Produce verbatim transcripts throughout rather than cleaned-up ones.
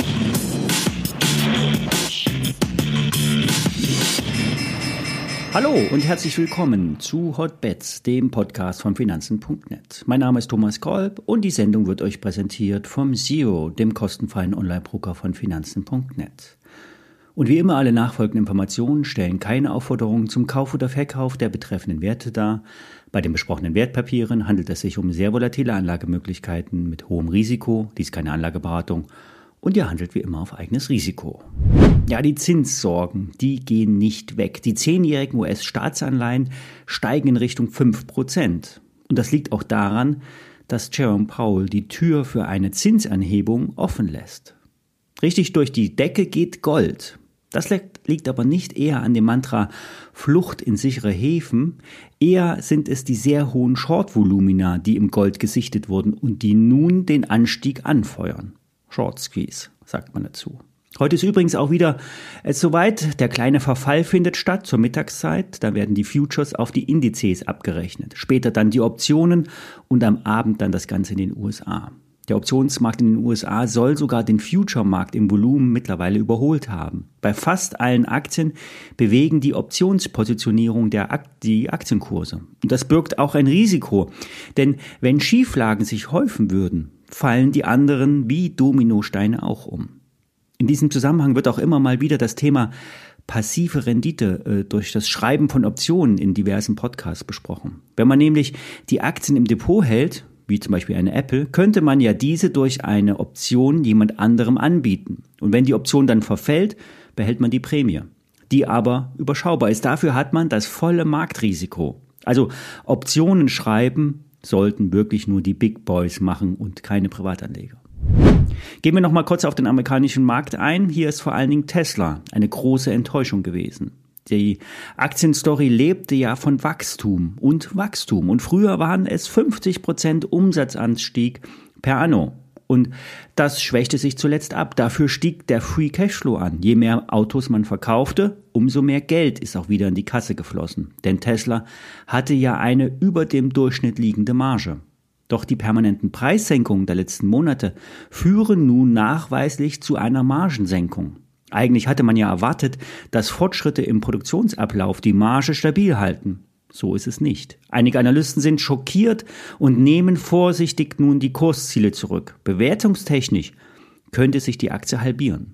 Hallo und herzlich willkommen zu Hotbets, dem Podcast von Finanzen punkt net. Mein Name ist Thomas Kolb und die Sendung wird euch präsentiert vom Zero, dem kostenfreien Online-Broker von Finanzen punkt net. Und wie immer, alle nachfolgenden Informationen stellen keine Aufforderungen zum Kauf oder Verkauf der betreffenden Werte dar. Bei den besprochenen Wertpapieren handelt es sich um sehr volatile Anlagemöglichkeiten mit hohem Risiko. Dies ist keine Anlageberatung und ihr handelt wie immer auf eigenes Risiko. Ja, die Zinssorgen, die gehen nicht weg. Die zehnjährigen U S-Staatsanleihen steigen in Richtung fünf Prozent. Und das liegt auch daran, dass Jerome Powell die Tür für eine Zinsanhebung offen lässt. Richtig durch die Decke geht Gold. Das liegt aber nicht eher an dem Mantra Flucht in sichere Häfen, eher sind es die sehr hohen Short-Volumina, die im Gold gesichtet wurden und die nun den Anstieg anfeuern. Short Squeeze, sagt man dazu. Heute ist übrigens auch wieder es soweit, der kleine Verfall findet statt zur Mittagszeit, da werden die Futures auf die Indizes abgerechnet, später dann die Optionen und am Abend dann das Ganze in den U S A. Der Optionsmarkt in den U S A soll sogar den Future-Markt im Volumen mittlerweile überholt haben. Bei fast allen Aktien bewegen die Optionspositionierung der Akt- die Aktienkurse. Und das birgt auch ein Risiko, denn wenn Schieflagen sich häufen würden, fallen die anderen wie Dominosteine auch um. In diesem Zusammenhang wird auch immer mal wieder das Thema passive Rendite äh, durch das Schreiben von Optionen in diversen Podcasts besprochen. Wenn man nämlich die Aktien im Depot hält, wie zum Beispiel eine Apple, könnte man ja diese durch eine Option jemand anderem anbieten. Und wenn die Option dann verfällt, behält man die Prämie, die aber überschaubar ist. Dafür hat man das volle Marktrisiko. Also Optionen schreiben sollten wirklich nur die Big Boys machen und keine Privatanleger. Gehen wir noch mal kurz auf den amerikanischen Markt ein. Hier ist vor allen Dingen Tesla eine große Enttäuschung gewesen. Die Aktienstory lebte ja von Wachstum und Wachstum. Und früher waren es fünfzig Prozent Umsatzanstieg per anno. Und das schwächte sich zuletzt ab. Dafür stieg der Free Cashflow an. Je mehr Autos man verkaufte, umso mehr Geld ist auch wieder in die Kasse geflossen. Denn Tesla hatte ja eine über dem Durchschnitt liegende Marge. Doch die permanenten Preissenkungen der letzten Monate führen nun nachweislich zu einer Margensenkung. Eigentlich hatte man ja erwartet, dass Fortschritte im Produktionsablauf die Marge stabil halten. So ist es nicht. Einige Analysten sind schockiert und nehmen vorsichtig nun die Kursziele zurück. Bewertungstechnisch könnte sich die Aktie halbieren.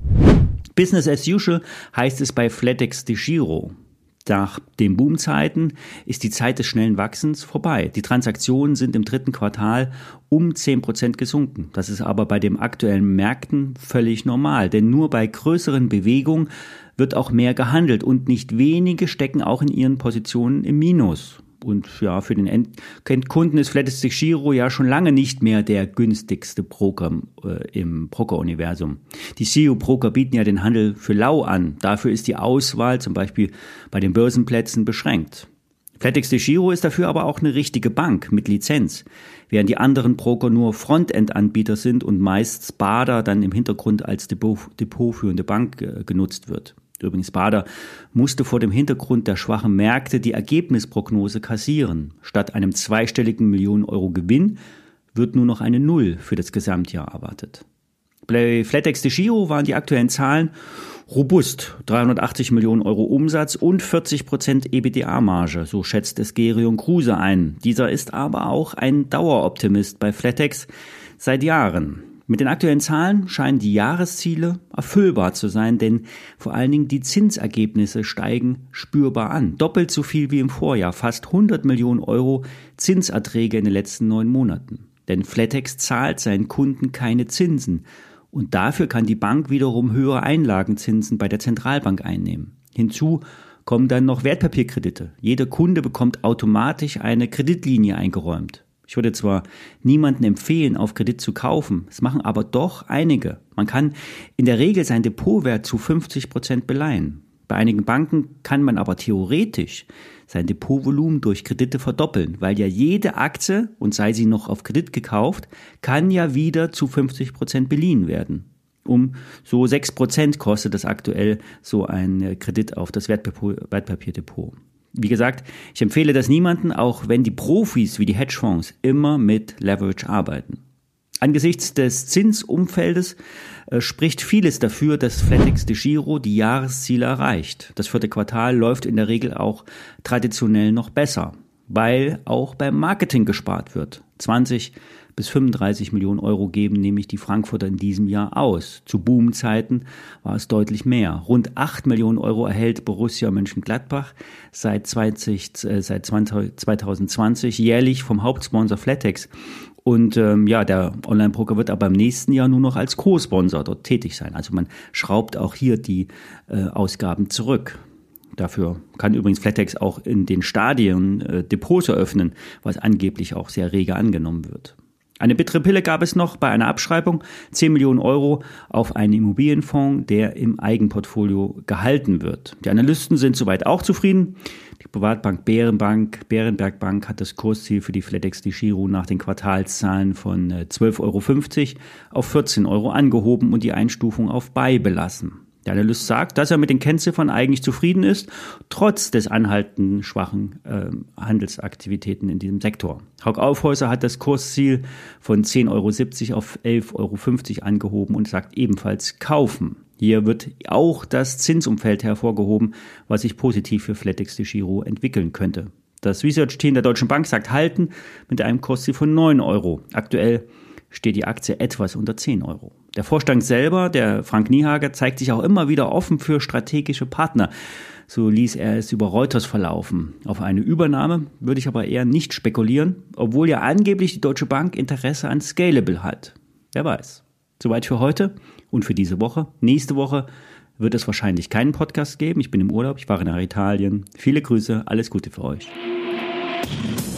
Business as usual heißt es bei FlatEx-DEGIRO. Nach den Boomzeiten ist die Zeit des schnellen Wachsens vorbei. Die Transaktionen sind im dritten Quartal um zehn Prozent gesunken. Das ist aber bei den aktuellen Märkten völlig normal, denn nur bei größeren Bewegungen wird auch mehr gehandelt und nicht wenige stecken auch in ihren Positionen im Minus. Und ja, für den Endkunden ist FlatEx-DEGIRO ja schon lange nicht mehr der günstigste Broker äh, im Broker-Universum. Die C E O-Broker bieten ja den Handel für lau an. Dafür ist die Auswahl zum Beispiel bei den Börsenplätzen beschränkt. FlatEx-DEGIRO ist dafür aber auch eine richtige Bank mit Lizenz, während die anderen Broker nur Frontend-Anbieter sind und meist Spada dann im Hintergrund als Depot, depotführende Bank äh, genutzt wird. Übrigens, Spada musste vor dem Hintergrund der schwachen Märkte die Ergebnisprognose kassieren. Statt einem zweistelligen Millionen Euro Gewinn wird nur noch eine Null für das Gesamtjahr erwartet. Bei FlatEx-DEGIRO waren die aktuellen Zahlen robust. dreihundertachtzig Millionen Euro Umsatz und vierzig Prozent EBITDA-Marge, so schätzt es Gerion Kruse ein. Dieser ist aber auch ein Daueroptimist bei FlatEx seit Jahren. Mit den aktuellen Zahlen scheinen die Jahresziele erfüllbar zu sein, denn vor allen Dingen die Zinsergebnisse steigen spürbar an. Doppelt so viel wie im Vorjahr, fast hundert Millionen Euro Zinserträge in den letzten neun Monaten. Denn FlatEx zahlt seinen Kunden keine Zinsen und dafür kann die Bank wiederum höhere Einlagenzinsen bei der Zentralbank einnehmen. Hinzu kommen dann noch Wertpapierkredite. Jeder Kunde bekommt automatisch eine Kreditlinie eingeräumt. Ich würde zwar niemandem empfehlen, auf Kredit zu kaufen, es machen aber doch einige. Man kann in der Regel sein Depotwert zu fünfzig Prozent beleihen. Bei einigen Banken kann man aber theoretisch sein Depotvolumen durch Kredite verdoppeln, weil ja jede Aktie, und sei sie noch auf Kredit gekauft, kann ja wieder zu fünfzig Prozent beliehen werden. Um so sechs Prozent kostet das aktuell so ein Kredit auf das Wertpapierdepot. Wie gesagt, ich empfehle das niemanden, auch wenn die Profis wie die Hedgefonds immer mit Leverage arbeiten. Angesichts des Zinsumfeldes äh, spricht vieles dafür, dass flatexDEGIRO die Jahresziele erreicht. Das vierte Quartal läuft in der Regel auch traditionell noch besser, weil auch beim Marketing gespart wird. zwanzig bis fünfunddreißig Millionen Euro geben nämlich die Frankfurter in diesem Jahr aus. Zu Boomzeiten war es deutlich mehr. Rund acht Millionen Euro erhält Borussia Mönchengladbach seit, zwanzig, äh, seit zwanzig zwanzig jährlich vom Hauptsponsor Flatex. Und ähm, ja, der Online-Broker wird aber im nächsten Jahr nur noch als Co-Sponsor dort tätig sein. Also man schraubt auch hier die äh, Ausgaben zurück. Dafür kann übrigens Flatex auch in den Stadien äh, Depots eröffnen, was angeblich auch sehr rege angenommen wird. Eine bittere Pille gab es noch bei einer Abschreibung, zehn Millionen Euro auf einen Immobilienfonds, der im Eigenportfolio gehalten wird. Die Analysten sind soweit auch zufrieden. Die Privatbank Bärenbank, Bärenberg Bank hat das Kursziel für die flatexDEGIRO nach den Quartalszahlen von zwölf Euro fünfzig auf vierzehn Euro angehoben und die Einstufung auf Buy belassen. Der Analyst sagt, dass er mit den Kennziffern eigentlich zufrieden ist, trotz des anhaltenden schwachen äh, Handelsaktivitäten in diesem Sektor. Hauck Aufhäuser hat das Kursziel von zehn Euro siebzig auf elf Euro fünfzig angehoben und sagt ebenfalls kaufen. Hier wird auch das Zinsumfeld hervorgehoben, was sich positiv für flatexDEGIRO entwickeln könnte. Das Research-Team der Deutschen Bank sagt halten mit einem Kursziel von neun Euro. Aktuell steht die Aktie etwas unter zehn Euro. Der Vorstand selber, der Frank Niehager, zeigt sich auch immer wieder offen für strategische Partner. So ließ er es über Reuters verlaufen. Auf eine Übernahme würde ich aber eher nicht spekulieren, obwohl ja angeblich die Deutsche Bank Interesse an Scalable hat. Wer weiß. Soweit für heute und für diese Woche. Nächste Woche wird es wahrscheinlich keinen Podcast geben. Ich bin im Urlaub, ich fahre nach Italien. Viele Grüße, alles Gute für euch.